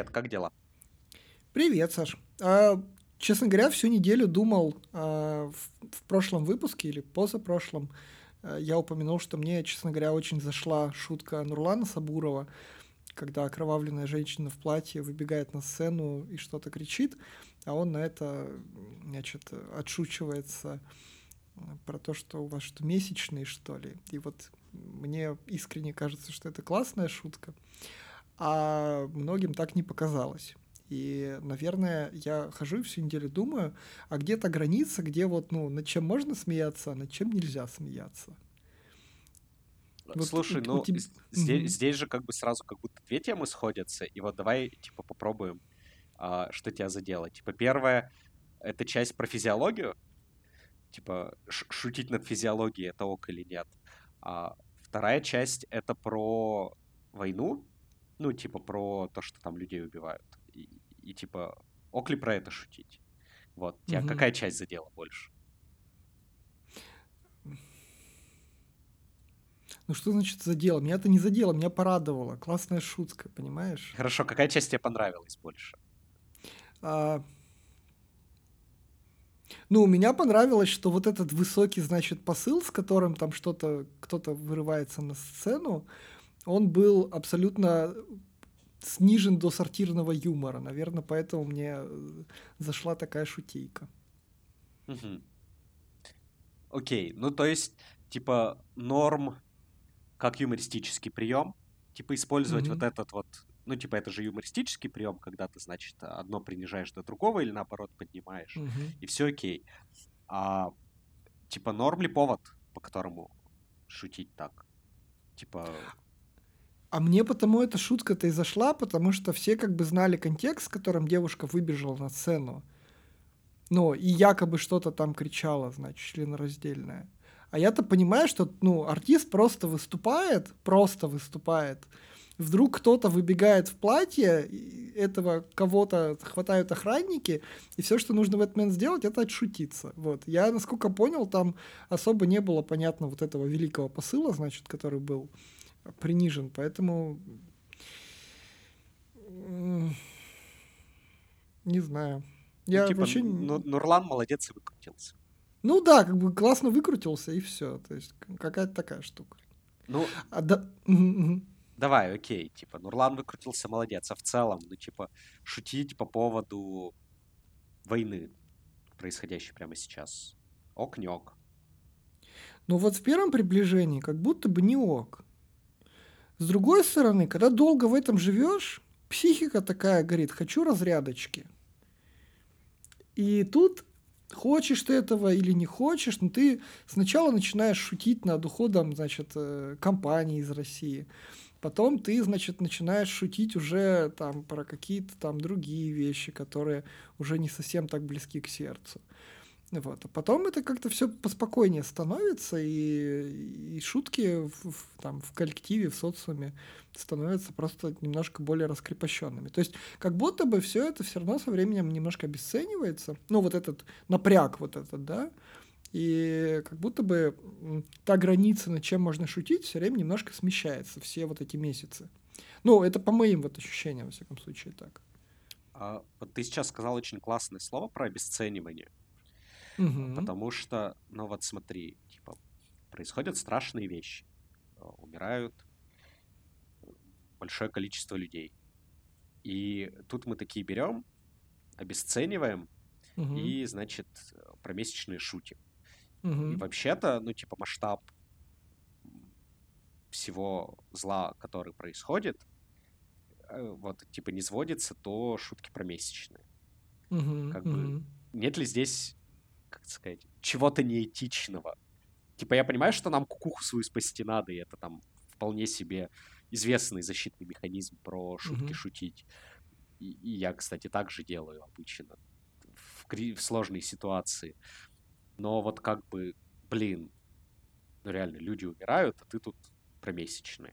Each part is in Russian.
Привет, как дела? Привет, Саш. Честно говоря, всю неделю думал, в прошлом выпуске или позапрошлом, я упомянул, что мне, честно говоря, очень зашла шутка Нурлана Сабурова, когда окровавленная женщина в платье выбегает на сцену и что-то кричит, а он на это, значит, отшучивается про то, что у вас что, месячные, что ли. И вот мне искренне кажется, что это классная шутка, а многим так не показалось. И, наверное, я хожу и всю неделю думаю, а где-то граница, где вот, ну, над чем можно смеяться, а над чем нельзя смеяться. Вот Слушай, у ну тебя... здесь же как бы сразу как будто две темы сходятся, и вот давай типа попробуем, что тебя задело. Типа первое, это часть про физиологию, типа шутить над физиологией это ок или нет. А вторая часть это про войну, ну типа про то, что там людей убивают. И типа ок ли про это шутить? Вот, тебя какая часть задела больше? Ну что значит задело? Меня это не задело, меня порадовало. Классная шутка, понимаешь? Хорошо, какая часть тебе понравилась больше? А, ну, меня понравилось, что вот этот высокий, значит, посыл, с которым там что-то, кто-то вырывается на сцену, он был абсолютно снижен до сортирного юмора. Наверное, поэтому мне зашла такая шутейка. Мгм. Окей, ну то есть, типа, норм как юмористический прием, типа использовать вот Мгм. этот вот, ну типа это же юмористический прием, когда ты, значит, одно принижаешь до другого или наоборот поднимаешь, Мгм. и все окей. А типа норм ли повод, по которому шутить так? Типа, А мне потому эта шутка-то и зашла, потому что все как бы знали контекст, с которым девушка выбежала на сцену. Ну, и якобы что-то там кричала, значит, членораздельное. А я-то понимаю, что, ну, артист просто выступает. Вдруг кто-то выбегает в платье, и этого кого-то хватают охранники, и все, что нужно в этот момент сделать, это отшутиться. Вот. Я, насколько понял, там особо не было понятно вот этого великого посыла, значит, который был принижен, поэтому не знаю. ну Я типа, вообще... Нурлан молодец и выкрутился. Ну да, как бы классно выкрутился, и все. То есть какая-то такая штука. Ну, А да... Мгм, мгм. давай, окей, типа, Нурлан выкрутился, молодец, а в целом, ну типа, шутить по поводу войны, происходящей прямо сейчас. Ок, не ок. Но вот в первом приближении как будто бы не ок. С другой стороны, когда долго в этом живешь, психика такая говорит, хочу разрядочки. И тут хочешь ты этого или не хочешь, но ты сначала начинаешь шутить над уходом, значит, компании из России. Потом ты, значит, начинаешь шутить уже там про какие-то там другие вещи, которые уже не совсем так близки к сердцу. Вот. А потом это как-то все поспокойнее становится, и шутки там, в коллективе, в социуме становятся просто немножко более раскрепощенными. То есть как будто бы все это все равно со временем немножко обесценивается. Ну, вот этот напряг вот этот, да, и как будто бы та граница, над чем можно шутить, все время немножко смещается все вот эти месяцы. Ну, это по моим вот ощущениям, во всяком случае, так. Вот ты сейчас сказал очень классное слово про обесценивание, Угу. потому что, ну вот смотри, типа, происходят страшные вещи. Умирают большое количество людей. И тут мы такие берем, обесцениваем Угу. и, значит, про месячные шутим. И Угу. вообще-то, ну, типа, масштаб всего зла, который происходит, вот, типа, не сводится до шутки про месячные. Угу. Как бы, Угу. нет ли здесь, как сказать, чего-то неэтичного? Типа, я понимаю, что нам кукуху свою спасти надо, и это там вполне себе известный защитный механизм про шутки Угу. шутить. И я, кстати, так же делаю обычно в сложной ситуации. Но вот как бы, блин, ну реально, люди умирают, а ты тут про месячные.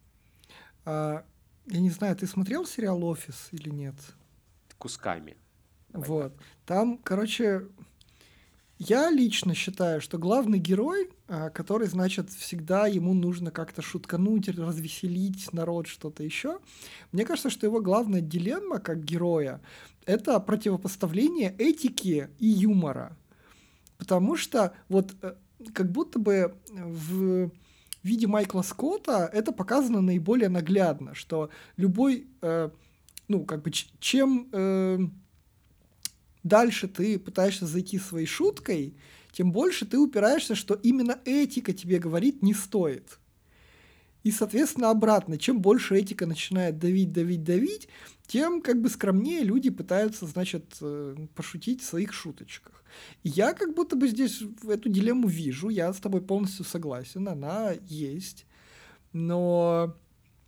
Я не знаю, ты смотрел сериал «Офис» или нет? Кусками. Давай так. Вот. Там, короче, Я лично считаю, что главный герой, который, значит, всегда ему нужно как-то шуткануть, развеселить народ, что-то еще. Мне кажется, что его главная дилемма как героя — это противопоставление этики и юмора. Потому что вот как будто бы в виде Майкла Скотта это показано наиболее наглядно, что любой, ну, как бы, чем дальше ты пытаешься зайти своей шуткой, тем больше ты упираешься, что именно этика тебе говорит не стоит. И, соответственно, обратно, чем больше этика начинает давить, тем как бы скромнее люди пытаются, значит, пошутить в своих шуточках. И я как будто бы здесь эту дилемму вижу, я с тобой полностью согласен, она есть, но...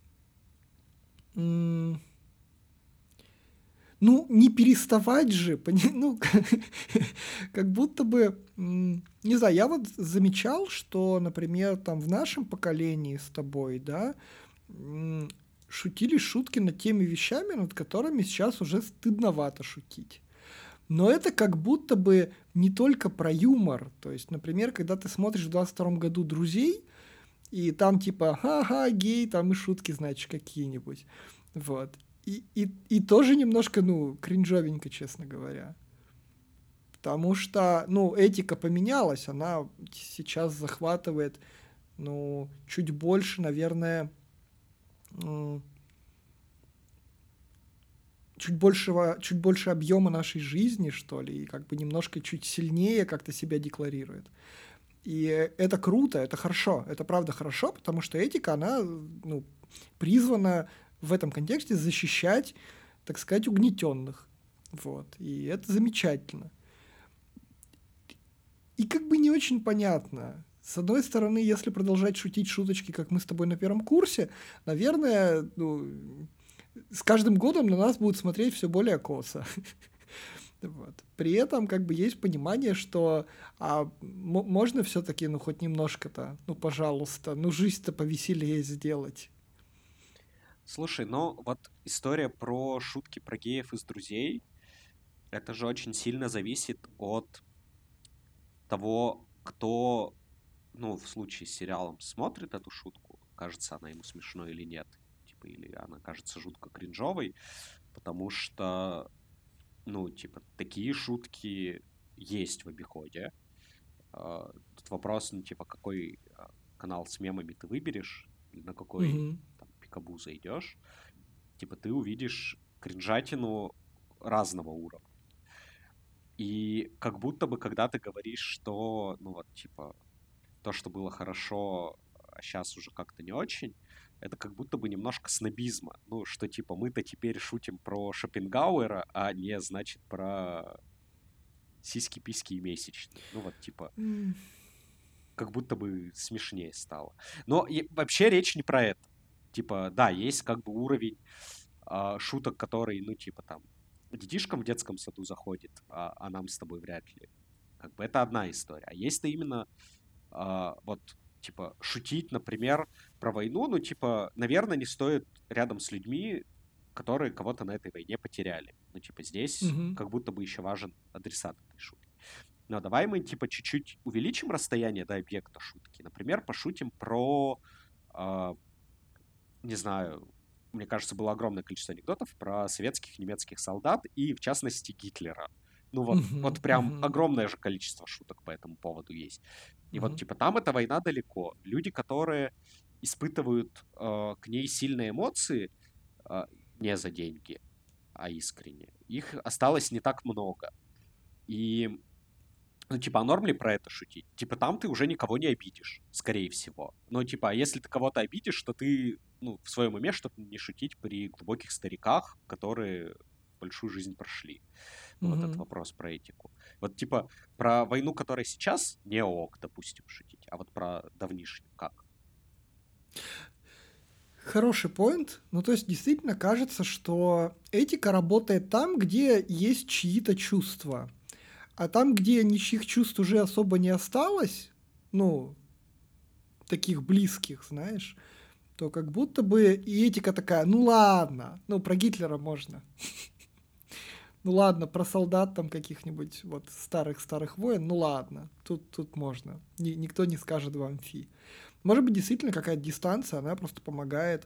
Ну, не переставать же, ну, как будто бы, не знаю, я вот замечал, что, например, там в нашем поколении с тобой, да, шутили шутки над теми вещами, над которыми сейчас уже стыдновато шутить. Но это как будто бы не только про юмор. То есть, например, когда ты смотришь в 22 году «Друзей», и там типа «ха-ха, гей», там и шутки, значит, какие-нибудь. Вот. И тоже немножко, ну, кринжовенько, честно говоря. Потому что, ну, этика поменялась, она сейчас захватывает, ну, чуть больше, наверное, чуть больше объема нашей жизни, что ли, и как бы немножко чуть сильнее как-то себя декларирует. И это круто, это хорошо, это правда хорошо, потому что этика, она, ну, призвана в этом контексте защищать, так сказать, угнетенных. Вот. И это замечательно. И как бы не очень понятно. С одной стороны, если продолжать шутить шуточки, как мы с тобой на первом курсе, наверное, ну, с каждым годом на нас будут смотреть все более косо. Вот. При этом как бы есть понимание, что можно все-таки, ну, хоть немножко-то, ну, пожалуйста, ну, жизнь-то повеселее сделать. Слушай, ну вот история про шутки про геев из «Друзей», это же очень сильно зависит от того, кто, ну, в случае с сериалом смотрит эту шутку, кажется она ему смешной или нет, типа, или она кажется жутко кринжовой, потому что, ну, типа, такие шутки есть в обиходе. Тут вопрос, ну, типа, какой канал с мемами ты выберешь, или на какой Угу. там пикабу зайдешь, типа, ты увидишь кринжатину разного уровня. И как будто бы, когда ты говоришь, что, ну вот, типа, то, что было хорошо, а сейчас уже как-то не очень, это как будто бы немножко снобизма. Ну, что, типа, мы-то теперь шутим про Шопенгауэра, а не, значит, про сиськи, письки и месячные. Ну, вот, типа, как будто бы смешнее стало. Но вообще речь не про это. Типа, да, есть как бы уровень шуток, который, ну, типа, там, детишкам в детском саду заходит, а нам с тобой вряд ли. Как бы это одна история. А есть-то именно вот, типа, шутить, например, про войну, ну, типа, наверное, не стоит рядом с людьми, которые кого-то на этой войне потеряли. Ну, типа, здесь Угу. как будто бы еще важен адресат этой шутки. Но давай мы, типа, чуть-чуть увеличим расстояние до объекта шутки. Например, пошутим про, э, не знаю, мне кажется, было огромное количество анекдотов про советских немецких солдат и, в частности, Гитлера. Ну вот Угу. прям Угу. огромное же количество шуток по этому поводу есть. И вот, Угу. типа, там эта война далеко. Люди, которые испытывают к ней сильные эмоции, э, не за деньги, а искренне, их осталось не так много. И ну, типа, а норм ли про это шутить? Типа, там ты уже никого не обидишь, скорее всего. Но, типа, а если ты кого-то обидишь, то ты, ну, в своем уме, чтобы не шутить при глубоких стариках, которые большую жизнь прошли. Ну, вот этот Угу. вопрос про этику. Вот, типа, про войну, которая сейчас, не ок, допустим, шутить. А вот про давнишнюю как? Хороший поинт. Ну, то есть, действительно кажется, что этика работает там, где есть чьи-то чувства. А там, где ничьих чувств уже особо не осталось, ну, таких близких, знаешь, то как будто бы и этика такая, ну ладно, ну, про Гитлера можно. Ну ладно, про солдат там каких-нибудь вот старых-старых войн, ну ладно, тут можно. Никто не скажет вам фи. Может быть, действительно какая-то дистанция, она просто помогает.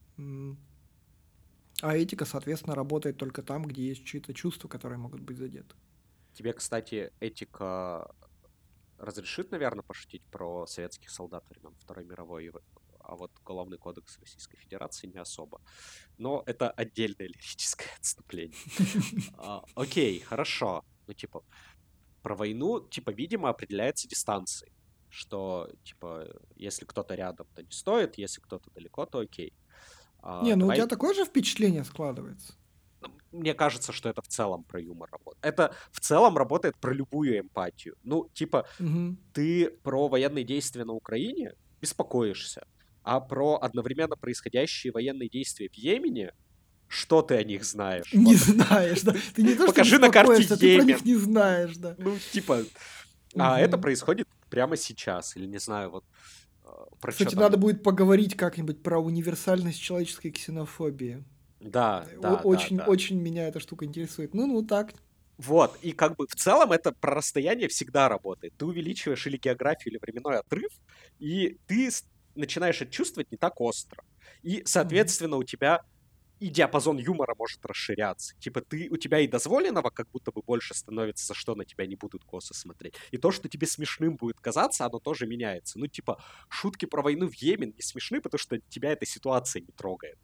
А этика, соответственно, работает только там, где есть чьи-то чувства, которые могут быть задеты. Тебе, кстати, этика разрешит, наверное, пошутить про советских солдат времен Второй мировой, а вот Уголовный кодекс Российской Федерации не особо. Но это отдельное лирическое отступление. Окей, хорошо. Ну, типа, про войну, типа, видимо, определяется дистанцией. Что, типа, если кто-то рядом, то не стоит, если кто-то далеко, то окей. Не, ну у тебя Давай, такое же впечатление складывается. мне кажется, что это в целом про юмор работает. Это в целом работает про любую эмпатию. Ну, типа, Угу. ты про военные действия на Украине беспокоишься, а про одновременно происходящие военные действия в Йемене, что ты о них знаешь? Не Вот. знаешь, да. Ты не то, что Покажи на карте беспокоишься, ты про Йемен. них не знаешь, да. Ну, типа, а это Угу. происходит прямо сейчас. Или не знаю, вот про что Кстати, надо там. будет поговорить как-нибудь про универсальность человеческой ксенофобии. Да, да, да, Очень, да. очень меня эта штука интересует. Ну, так. Вот, и как бы в целом это про расстояние всегда работает. Ты увеличиваешь или географию, или временной отрыв, и ты начинаешь это чувствовать не так остро. И, Мгм. соответственно, у тебя и диапазон юмора может расширяться. Типа у тебя и дозволенного как будто бы больше становится, за что на тебя не будут косо смотреть. И то, что тебе смешным будет казаться, оно тоже меняется. Ну, типа, шутки про войну в Йемен не смешны, потому что тебя эта ситуация не трогает.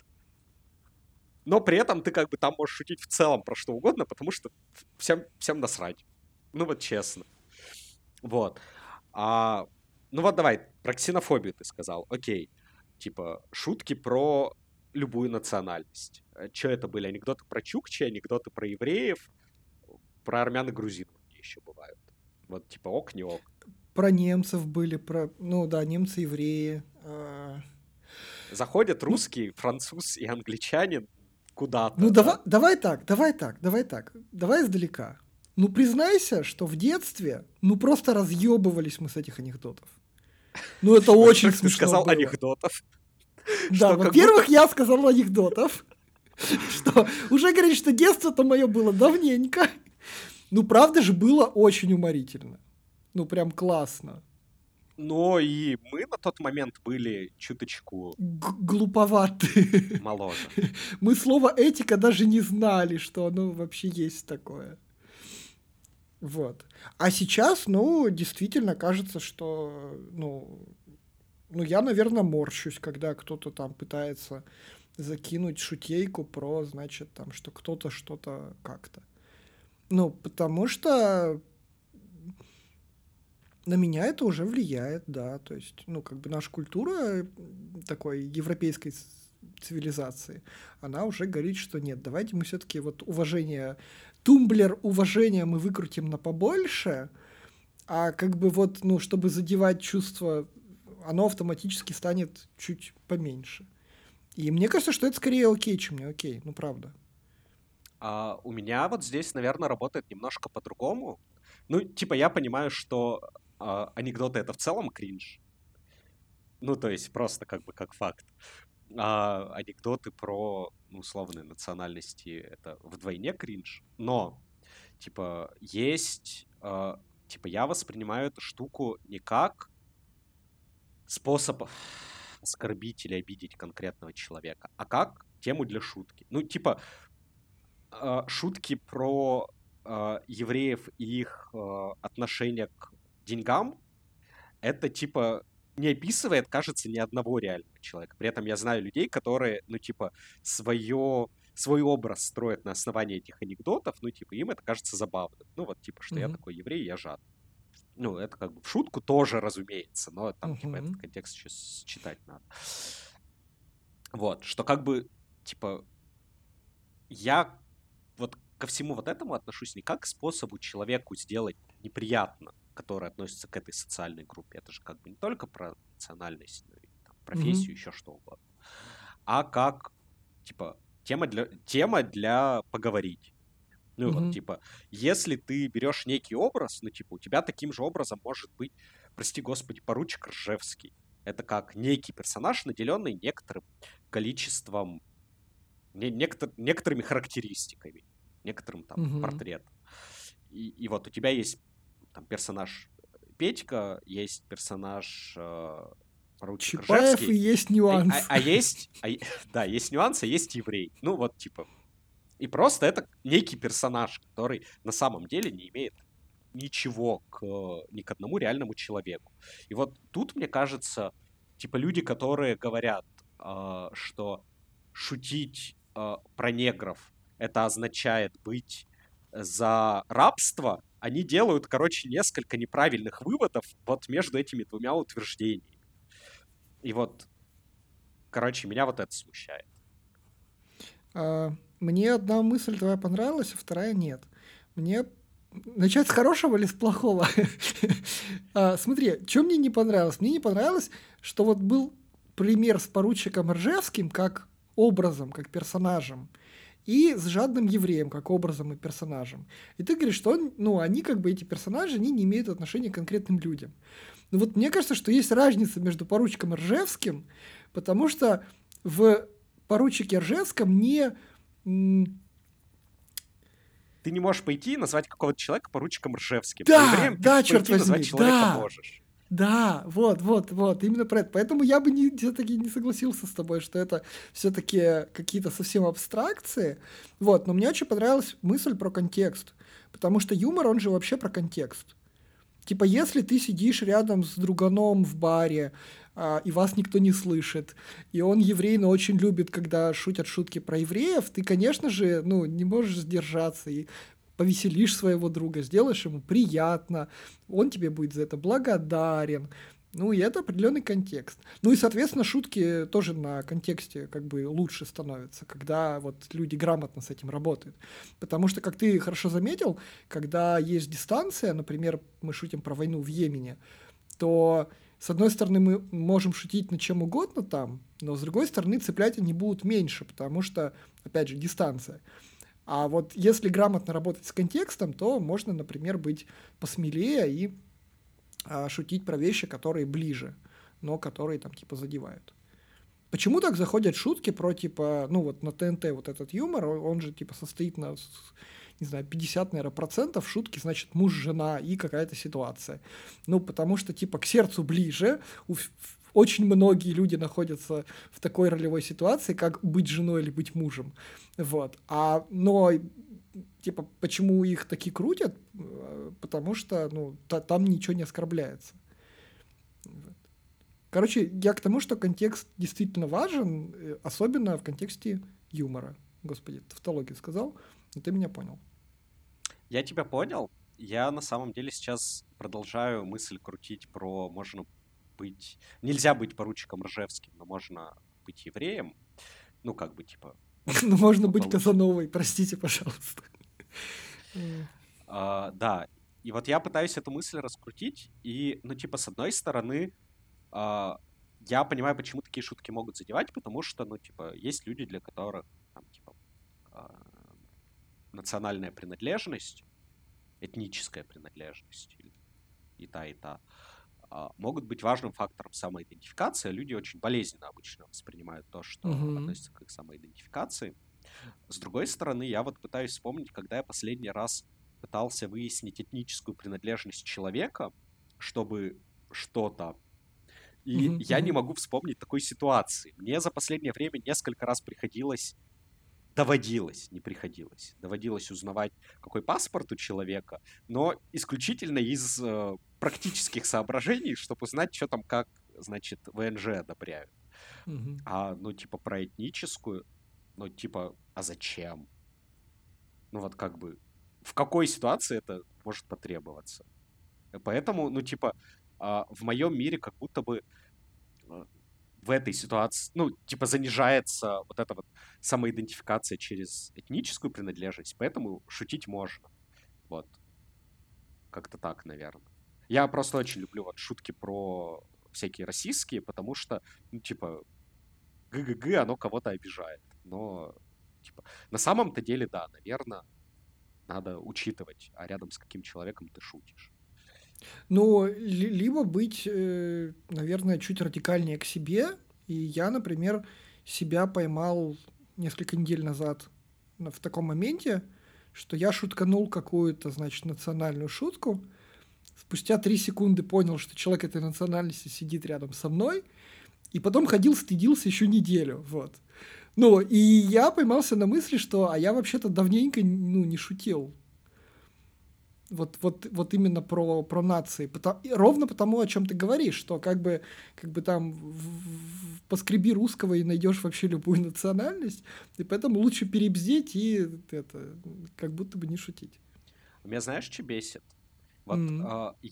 Но при этом ты как бы там можешь шутить в целом про что угодно, потому что всем насрать. Ну вот честно. Вот. А, ну вот давай, про ксенофобию ты сказал. Окей. Типа, шутки про любую национальность. Что это были? Анекдоты про чукчи, анекдоты про евреев, про армян и грузин где еще бывают. Вот типа ок, не ок. Про немцев были, ну да, немцы, евреи. Заходят Ну, русский, француз и англичанин куда-то, ну да? давай издалека. Ну признайся, что в детстве, ну просто разъебывались мы с этих анекдотов. Ну это очень Во-первых, ты смешно сказал было. анекдотов, Да, что как будто во-первых, я сказал анекдотов, что уже говорит, что детство-то мое было давненько. Ну правда же было очень уморительно. Ну прям классно. но и мы на тот момент были чуточку Глуповаты. моложе. Мы слово этика даже не знали, что оно вообще есть такое. Вот. А сейчас, ну, действительно кажется, что, ну я, наверное, морщусь, когда кто-то там пытается закинуть шутейку про, значит, там, что кто-то что-то как-то. Ну, потому что на меня это уже влияет, да. То есть, ну, как бы наша культура такой европейской цивилизации, она уже говорит, что нет, давайте мы все-таки вот уважение, тумблер уважения мы выкрутим на побольше, а как бы вот, ну, чтобы задевать чувства, оно автоматически станет чуть поменьше. И мне кажется, что это скорее окей, чем не окей, ну правда. А у меня вот здесь, наверное, работает немножко по-другому. Ну, типа, я понимаю, что анекдоты это в целом кринж. Ну, то есть, просто как бы как факт. А анекдоты про, ну, условные национальности это вдвойне кринж. Но, типа, есть. Типа, я воспринимаю эту штуку не как способ оскорбить или обидеть конкретного человека, а как тему для шутки. Ну, типа, шутки про евреев и их отношение к деньгам, это, типа, не описывает, кажется, ни одного реального человека. При этом я знаю людей, которые, ну, типа, свой образ строят на основании этих анекдотов, ну, типа, им это кажется забавным. Ну, вот, типа, что я Мгм. такой еврей, я жадный. Ну, это как бы в шутку тоже, разумеется, но там, типа, этот Мгм. контекст еще считать надо. Вот, что как бы, типа, я вот ко всему вот этому отношусь не как к способу человеку сделать неприятно, который относится к этой социальной группе. Это же как бы не только про национальность, но и там, Мгм. профессию, еще что угодно. А как, типа, тема для поговорить. Ну вот, Мгм. типа, если ты берешь некий образ, ну, типа, у тебя таким же образом может быть, прости господи, поручик Ржевский. Это как некий персонаж, наделенный некоторым количеством, некоторыми характеристиками, некоторым там Мгм. портрет. И вот у тебя есть там персонаж Петька, есть персонаж поручик Чапаев и Ржевский, есть нюанс. да, есть нюансы, есть еврей. Ну вот типа, и просто это некий персонаж, который на самом деле не имеет ничего ни к одному реальному человеку. И вот тут, мне кажется, типа люди, которые говорят, что шутить про негров это означает быть за рабство, они делают, короче, несколько неправильных выводов вот между этими двумя утверждениями. И вот, короче, меня вот это смущает. Мне одна мысль твоя понравилась, а вторая нет. Мне начать с хорошего или с плохого? Смотри, что мне не понравилось? Мне не понравилось, что вот был пример с поручиком Ржевским как образом, как персонажем, и с жадным евреем как образом и персонажем. И ты говоришь, что они как бы эти персонажи, они не имеют отношения к конкретным людям. Но вот мне кажется, что есть разница между поручиком Ржевским, потому что в поручике Ржевском Ты не можешь пойти и назвать какого-то человека поручиком Ржевским, а Да, евреем ты да, черт пойти и назвать возьми, человека да, можешь. да, вот, именно про это. Поэтому я бы все-таки не согласился с тобой, что это все-таки какие-то совсем абстракции. Вот, но мне очень понравилась мысль про контекст, потому что юмор, он же вообще про контекст. Типа, если ты сидишь рядом с друганом в баре, и вас никто не слышит, и он еврей, но очень любит, когда шутят шутки про евреев, ты, конечно же, не можешь сдержаться и повеселишь своего друга, сделаешь ему приятно, он тебе будет за это благодарен. Ну, и это определенный контекст. Ну и, соответственно, шутки тоже на контексте как бы лучше становятся, когда вот люди грамотно с этим работают. Потому что, как ты хорошо заметил, когда есть дистанция, например, мы шутим про войну в Йемене, то, с одной стороны, мы можем шутить на чем угодно там, но, с другой стороны, цеплять они будут меньше, потому что, опять же, дистанция. А вот если грамотно работать с контекстом, то можно, например, быть посмелее и шутить про вещи, которые ближе, но которые там типа задевают. Почему так заходят шутки про типа, вот на ТНТ вот этот юмор, он же типа состоит на, не знаю, 50, наверное, процентов шутки, значит, муж, жена и какая-то ситуация. Ну, потому что типа к сердцу ближе, очень многие люди находятся в такой ролевой ситуации, как быть женой или быть мужем. Вот. Но типа, почему их таки крутят? Потому что, там ничего не оскорбляется. Вот. Короче, я к тому, что контекст действительно важен, особенно в контексте юмора. Господи, тавтологию сказал, но ты меня понял. Я тебя понял. Я на самом деле сейчас продолжаю мысль крутить про можно быть... Нельзя быть поручиком Ржевским, но можно быть евреем. Ну, как бы, типа, Ну, можно быть получится. Казановой, простите, пожалуйста. Да, и вот я пытаюсь эту мысль раскрутить, и, ну, типа, с одной стороны, а, я понимаю, почему такие шутки могут задевать, потому что, ну, типа, есть люди, для которых, там, типа, а, национальная принадлежность, этническая принадлежность, и та, и та, могут быть важным фактором самоидентификации. Люди очень болезненно обычно воспринимают то, что Мгм. относится к их самоидентификации. С другой стороны, я вот пытаюсь вспомнить, когда я последний раз пытался выяснить этническую принадлежность человека, чтобы что-то. И Мгм. я не Мгм. могу вспомнить такой ситуации. Мне за последнее время несколько раз доводилось узнавать, какой паспорт у человека, но исключительно из практических соображений, чтобы узнать, что там как, значит, ВНЖ одобряют. Мгм. Ну, типа, про этническую, ну, типа, а зачем? Ну, вот как бы, в какой ситуации это может потребоваться? Поэтому, ну, типа, в моем мире как будто бы э, в этой ситуации, ну, типа, занижается вот эта вот самоидентификация через этническую принадлежность, поэтому шутить можно. Вот, как-то так, наверное. Я просто очень люблю вот шутки про всякие российские, потому что, ну, типа, ГГГ, оно кого-то обижает. Но, типа, на самом-то деле, да, наверное, надо учитывать, а рядом с каким человеком ты шутишь. Ну, либо быть, наверное, чуть радикальнее к себе. И я, например, себя поймал несколько недель назад в таком моменте, что я шутканул какую-то, значит, национальную шутку, спустя 3 секунды понял, что человек этой национальности сидит рядом со мной, и потом ходил, стыдился еще неделю, вот. Ну, и я поймался на мысли, что, а я вообще-то давненько, ну, не шутил. Вот именно про нации. Ровно потому, о чем ты говоришь, что как бы там поскреби русского и найдешь вообще любую национальность, и поэтому лучше перебздеть и это, как будто бы не шутить. Меня знаешь, что бесит? Вот М.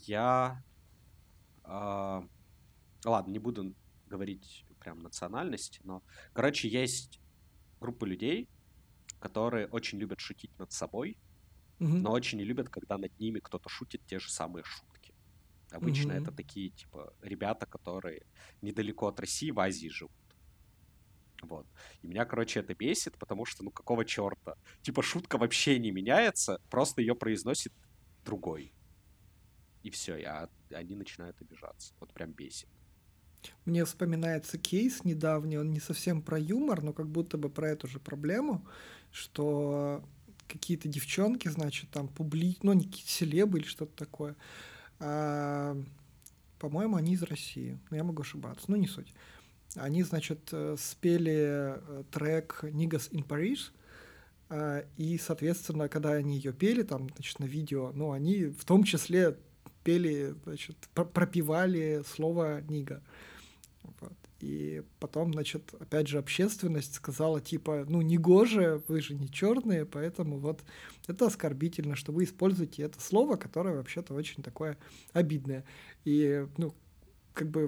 а, ладно, не буду говорить прям национальности, но, короче, есть группа людей, которые очень любят шутить над собой, Мгм. но очень не любят, когда над ними кто-то шутит те же самые шутки. Обычно это Мгм. такие, типа, ребята, которые недалеко от России в Азии живут. Вот. И меня, короче, это бесит, потому что, ну, какого черта? Типа, шутка вообще не меняется, просто ее произносит другой. И все, они начинают обижаться. Вот прям бесит. Мне вспоминается кейс недавний, он не совсем про юмор, но как будто бы про эту же проблему, что какие-то девчонки, значит, там ну, не какие-то селебы или что-то такое. А, по-моему, они из России, но я могу ошибаться, ну не суть. Они, значит, спели трек «Niggas in Paris», и, соответственно, когда они ее пели, там, значит, на видео, ну, они в том числе пели, значит, пропевали слово «нига». Вот. И потом, значит, опять же, общественность сказала, типа, ну, негоже, вы же не черные, поэтому вот это оскорбительно, что вы используете это слово, которое вообще-то очень такое обидное. И, ну, как бы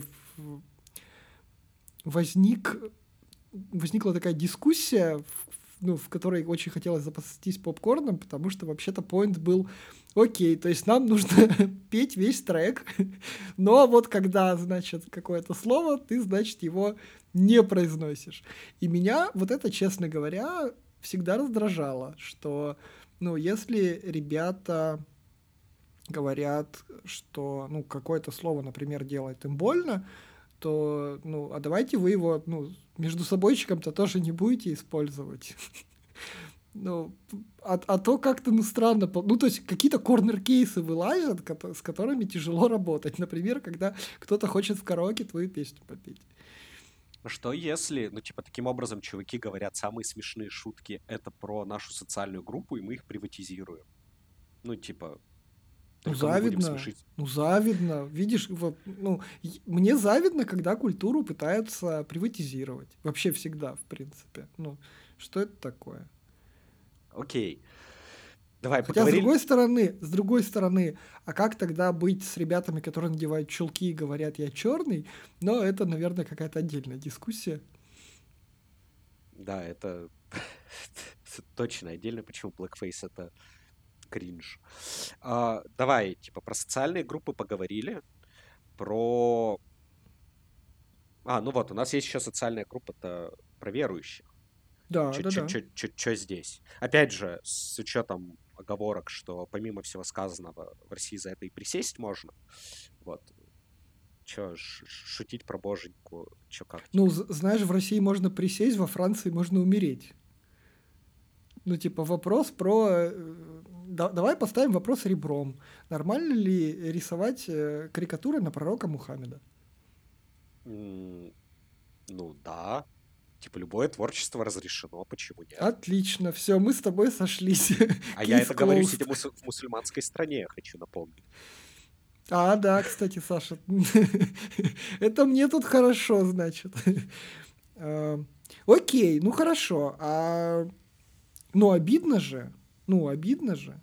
возникла такая дискуссия, ну, в которой очень хотелось запастись попкорном, потому что вообще-то поинт был, окей, то есть нам нужно петь весь трек, но вот когда, значит, какое-то слово, ты, значит, его не произносишь. И меня вот это, честно говоря, всегда раздражало, что, ну, если ребята говорят, что, ну, какое-то слово, например, делает им больно, то, ну, а давайте вы его, ну, между собойчиком-то тоже не будете использовать. Ну, а то как-то, ну, странно. Ну, то есть какие-то корнер-кейсы вылазят, с которыми тяжело работать. Например, когда кто-то хочет в караоке твою песню попеть. Что если, ну, типа, таким образом чуваки говорят, самые смешные шутки — это про нашу социальную группу, и мы их приватизируем? Ну, типа, Ну, только мы будем завидно. смешить. Ну, завидно. Видишь, вот, ну, мне завидно, когда культуру пытаются приватизировать. Вообще всегда, в принципе. Ну, что это такое? Окей. Давай, Хотя, поговорили. с другой стороны, а как тогда быть с ребятами, которые надевают чулки и говорят, я черный? Но это, наверное, какая-то отдельная дискуссия. Да, это точно отдельно, почему Blackface — это кринж. Давай, типа, про социальные группы поговорили, про... ну вот, у нас есть еще социальная группа-то про верующих. Да, да, да. Че здесь? Опять же, с учетом оговорок, что помимо всего сказанного в России за это и присесть можно. Вот. Че, шутить про боженьку, че как Ну, теперь? знаешь, в России можно присесть, во Франции можно умереть. Ну, типа, вопрос про... давай поставим вопрос ребром. Нормально ли рисовать карикатуры на пророка Мухаммеда? Ну да, типа любое творчество разрешено, почему нет? Отлично, все, мы с тобой сошлись. А я Кейс это говорю, closed. сидя в мусульманской стране, я хочу напомнить. А, да, кстати, Саша, это мне тут хорошо, значит. А, окей, ну хорошо. Ну, обидно же. Ну, обидно же.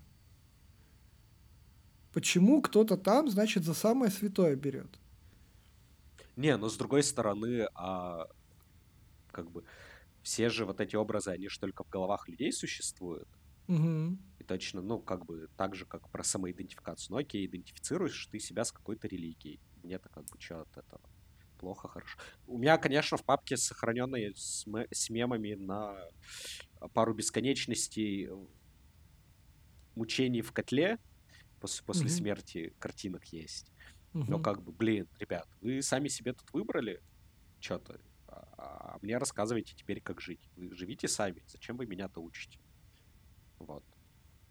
Почему кто-то там, значит, за самое святое берет? Не, но с другой стороны, как бы все же вот эти образы, они же только в головах людей существуют. Угу. И точно, ну, как бы так же, как про самоидентификацию. Ну, окей, идентифицируешь ты себя с какой-то религией. Мне-то как бы что от этого? Плохо, хорошо. У меня, конечно, в папке сохраненные с мемами на пару бесконечностей мучений в котле после Угу. смерти картинок есть. Но Угу. как бы, блин, ребят, вы сами себе тут выбрали что-то, а мне рассказывайте теперь, как жить. Вы живите сами, зачем вы меня-то учите? Вот.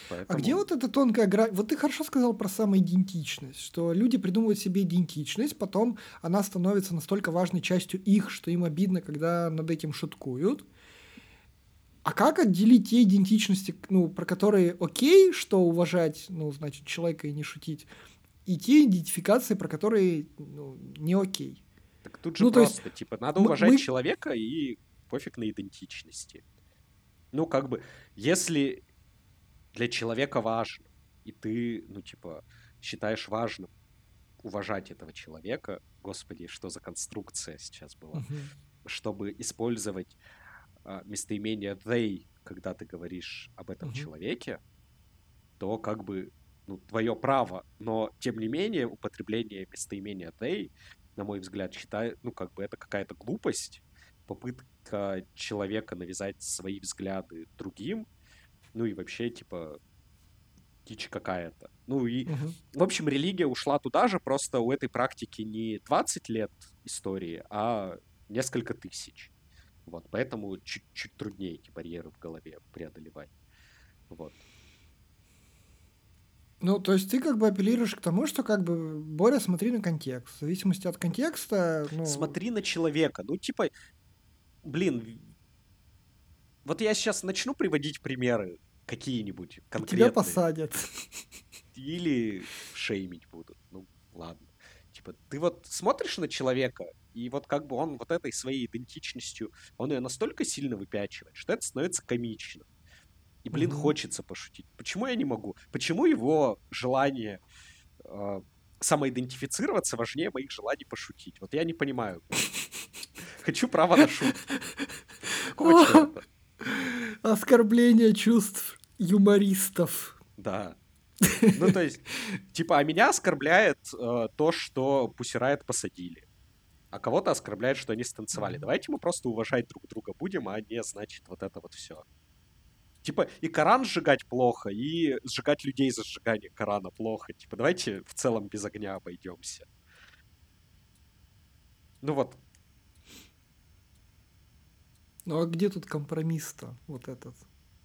А где Поэтому вот эта тонкая грань? Вот ты хорошо сказал про самоидентичность, что люди придумывают себе идентичность, потом она становится настолько важной частью их, что им обидно, когда над этим шуткуют. А как отделить те идентичности, ну, про которые окей, что уважать, ну, значит, человека и не шутить, и те идентификации, про которые, ну, не окей? так тут же Ну, то есть просто, типа, надо мы, уважать мы- человека и пофиг на идентичности. Ну, как бы, если для человека важно, и ты, ну, типа, считаешь важным уважать этого человека, господи, что за конструкция сейчас была, Мгм. чтобы использовать местоимение they, когда ты говоришь об этом Мгм. человеке, то как бы, ну, твое право, но тем не менее употребление местоимения they, на мой взгляд, считаю, ну, как бы это какая-то глупость, попытка человека навязать свои взгляды другим, ну и вообще, типа, дичь какая-то. Ну и, Мгм. в общем, религия ушла туда же, просто у этой практики не 20 лет истории, а несколько тысяч. Вот, поэтому чуть-чуть труднее эти барьеры в голове преодолевать. Вот. Ну, то есть ты как бы апеллируешь к тому, что как бы, Боря, смотри на контекст. В зависимости от контекста, ну, Смотри на человека. Ну, типа, блин, вот я сейчас начну приводить примеры какие-нибудь и тебя конкретные, посадят. или шеймить будут. Ну, ладно. Типа, ты вот смотришь на человека, и вот как бы он вот этой своей идентичностью, он ее настолько сильно выпячивает, что это становится комично. И, блин, Мгм. хочется пошутить. Почему я не могу? Почему его желание э, самоидентифицироваться важнее моих желаний пошутить? Вот я не понимаю. Хочу право на шутки. Какого черта? Оскорбление чувств юмористов. Да. Ну, то есть, типа, а меня оскорбляет то, что Пусирайт посадили. А кого-то оскорбляет, что они станцевали. Мгм. Давайте мы просто уважать друг друга будем, а не, значит, вот это вот все. Типа, и Коран сжигать плохо, и сжигать людей за сжигание Корана плохо. Типа, давайте в целом без огня обойдемся. Ну вот, Ну а где тут компромисс-то вот этот?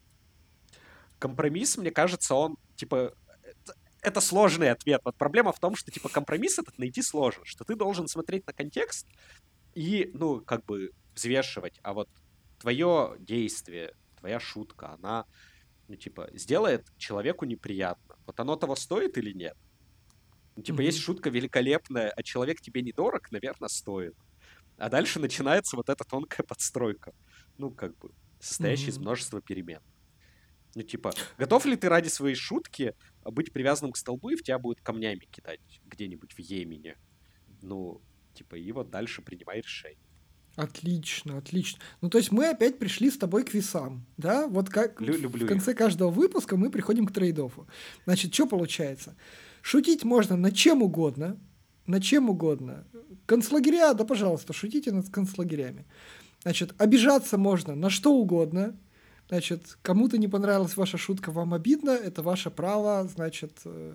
компромисс, мне кажется, он, типа, это сложный ответ. Вот проблема в том, что, типа, компромисс этот найти сложно, что ты должен смотреть на контекст и, ну, как бы взвешивать, а вот твое действие, твоя шутка, она, ну, типа, сделает человеку неприятно. Вот оно того стоит или нет? Ну, типа, есть Мгм. шутка великолепная, а человек тебе недорог, наверное, стоит. А дальше начинается вот эта тонкая подстройка. Ну, как бы, состоящая из Мгм. множества перемен. Ну, типа, готов ли ты ради своей шутки быть привязанным к столбу, и в тебя будут камнями кидать где-нибудь в Йемене? Ну, типа, и вот дальше принимай решение. Отлично, отлично. Ну, то есть мы опять пришли с тобой к весам, да? Вот как в Люблю их. конце каждого выпуска мы приходим к трейд-оффу. Значит, что получается? Шутить можно над чем угодно, над чем угодно. Концлагеря, да, пожалуйста, шутите над концлагерями. Значит, обижаться можно на что угодно. Значит, кому-то не понравилась ваша шутка, вам обидно, это ваше право, значит,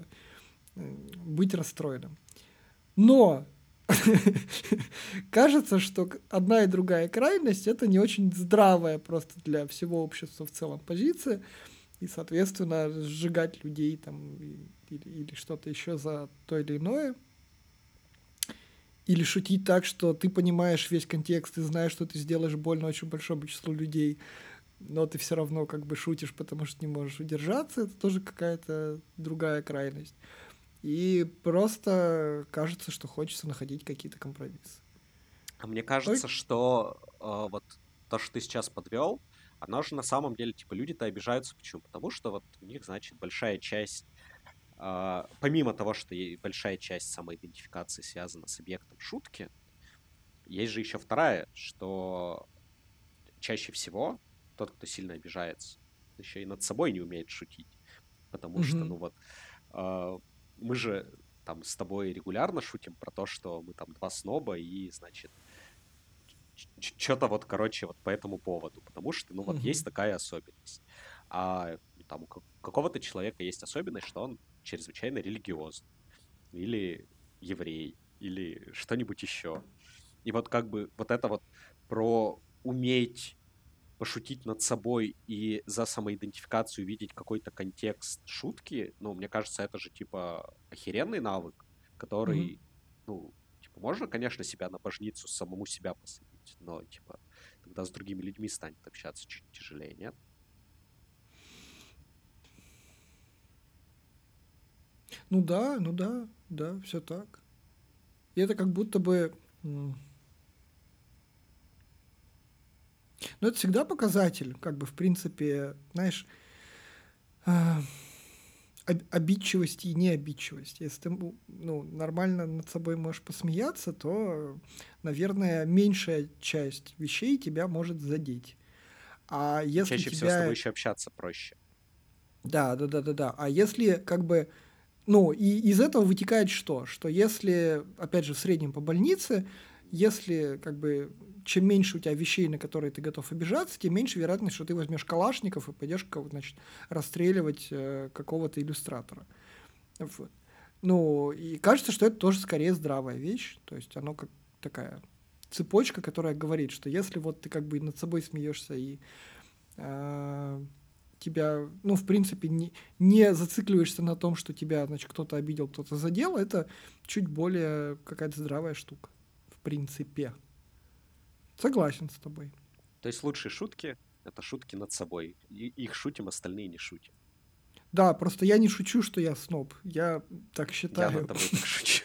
быть расстроенным. Но кажется, что одна и другая крайность это не очень здравая просто для всего общества в целом позиция. И, соответственно, сжигать людей там или что-то еще за то или иное. Или шутить так, что ты понимаешь весь контекст и знаешь, что ты сделаешь больно очень большому числу людей, но ты все равно как бы шутишь, потому что не можешь удержаться. Это тоже какая-то другая крайность. И просто кажется, что хочется находить какие-то компромиссы. А мне Ой. кажется, что вот то, что ты сейчас подвел, оно же на самом деле, типа, люди-то обижаются. Почему? Потому что вот у них, значит, большая часть, помимо того, что большая часть самоидентификации связана с объектом шутки, есть же еще вторая, что чаще всего тот, кто сильно обижается, еще и над собой не умеет шутить. Потому что, Мгм. ну вот, а, мы же там с тобой регулярно шутим про то, что мы там два сноба и, значит, что-то вот, короче, вот по этому поводу. Потому что, ну вот, есть Мгм. такая особенность. А там у какого-то человека есть особенность, что он чрезвычайно религиозный. Или еврей. Или что-нибудь еще. И вот как бы вот это вот про уметь пошутить над собой и за самоидентификацию видеть какой-то контекст шутки, ну, мне кажется, это же, типа, охеренный навык, Мгм. который, ну, типа, можно, конечно, себя на божницу самому себя посадить, но, типа, тогда с другими людьми станет общаться чуть тяжелее, нет? Ну да, да, все так. И это как будто бы... Ну, это всегда показатель, как бы, в принципе, знаешь, а, обидчивости и необидчивости. Если ты ну, нормально над собой можешь посмеяться, то, наверное, меньшая часть вещей тебя может задеть. А И если чаще всего с тобой тебя... еще общаться проще. Да, да, да, да, да. А если как бы... Ну, и из этого вытекает что? Что если, опять же, в среднем по больнице, если как бы чем меньше у тебя вещей, на которые ты готов обижаться, тем меньше вероятность, что ты возьмешь калашников и пойдешь, значит, расстреливать какого-то иллюстратора. Вот. Ну, и кажется, что это тоже скорее здравая вещь. То есть оно как такая цепочка, которая говорит, что если вот ты как бы над собой смеешься и тебя, ну, в принципе, не зацикливаешься на том, что тебя, значит, кто-то обидел, кто-то задел, это чуть более какая-то здравая штука, в принципе. Согласен с тобой. То есть лучшие шутки — это шутки над собой. И их шутим, остальные не шутим. Да, просто я не шучу, что я сноб. Я так Я над считаю. тобой так шучу.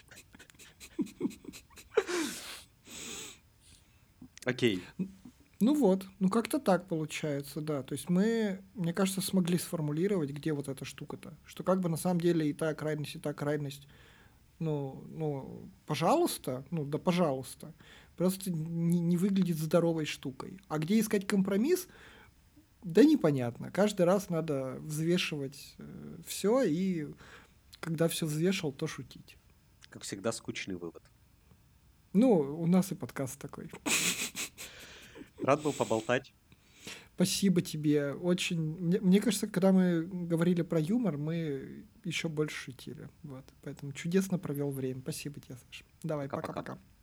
Окей. Ну вот, ну как-то так получается, да. То есть мы, мне кажется, смогли сформулировать, где вот эта штука-то. Что как бы на самом деле и та крайность, ну, пожалуйста, ну, да пожалуйста, просто не выглядит здоровой штукой. А где искать компромисс, да непонятно. Каждый раз надо взвешивать все, и когда все взвешивал, то шутить. Как всегда, скучный вывод. Ну, у нас и подкаст такой. Рад был поболтать. Спасибо тебе. Очень. Мне кажется, когда мы говорили про юмор, мы еще больше шутили. Вот. Поэтому чудесно провел время. Спасибо тебе, Саша. Давай, Пока-пока. пока-пока.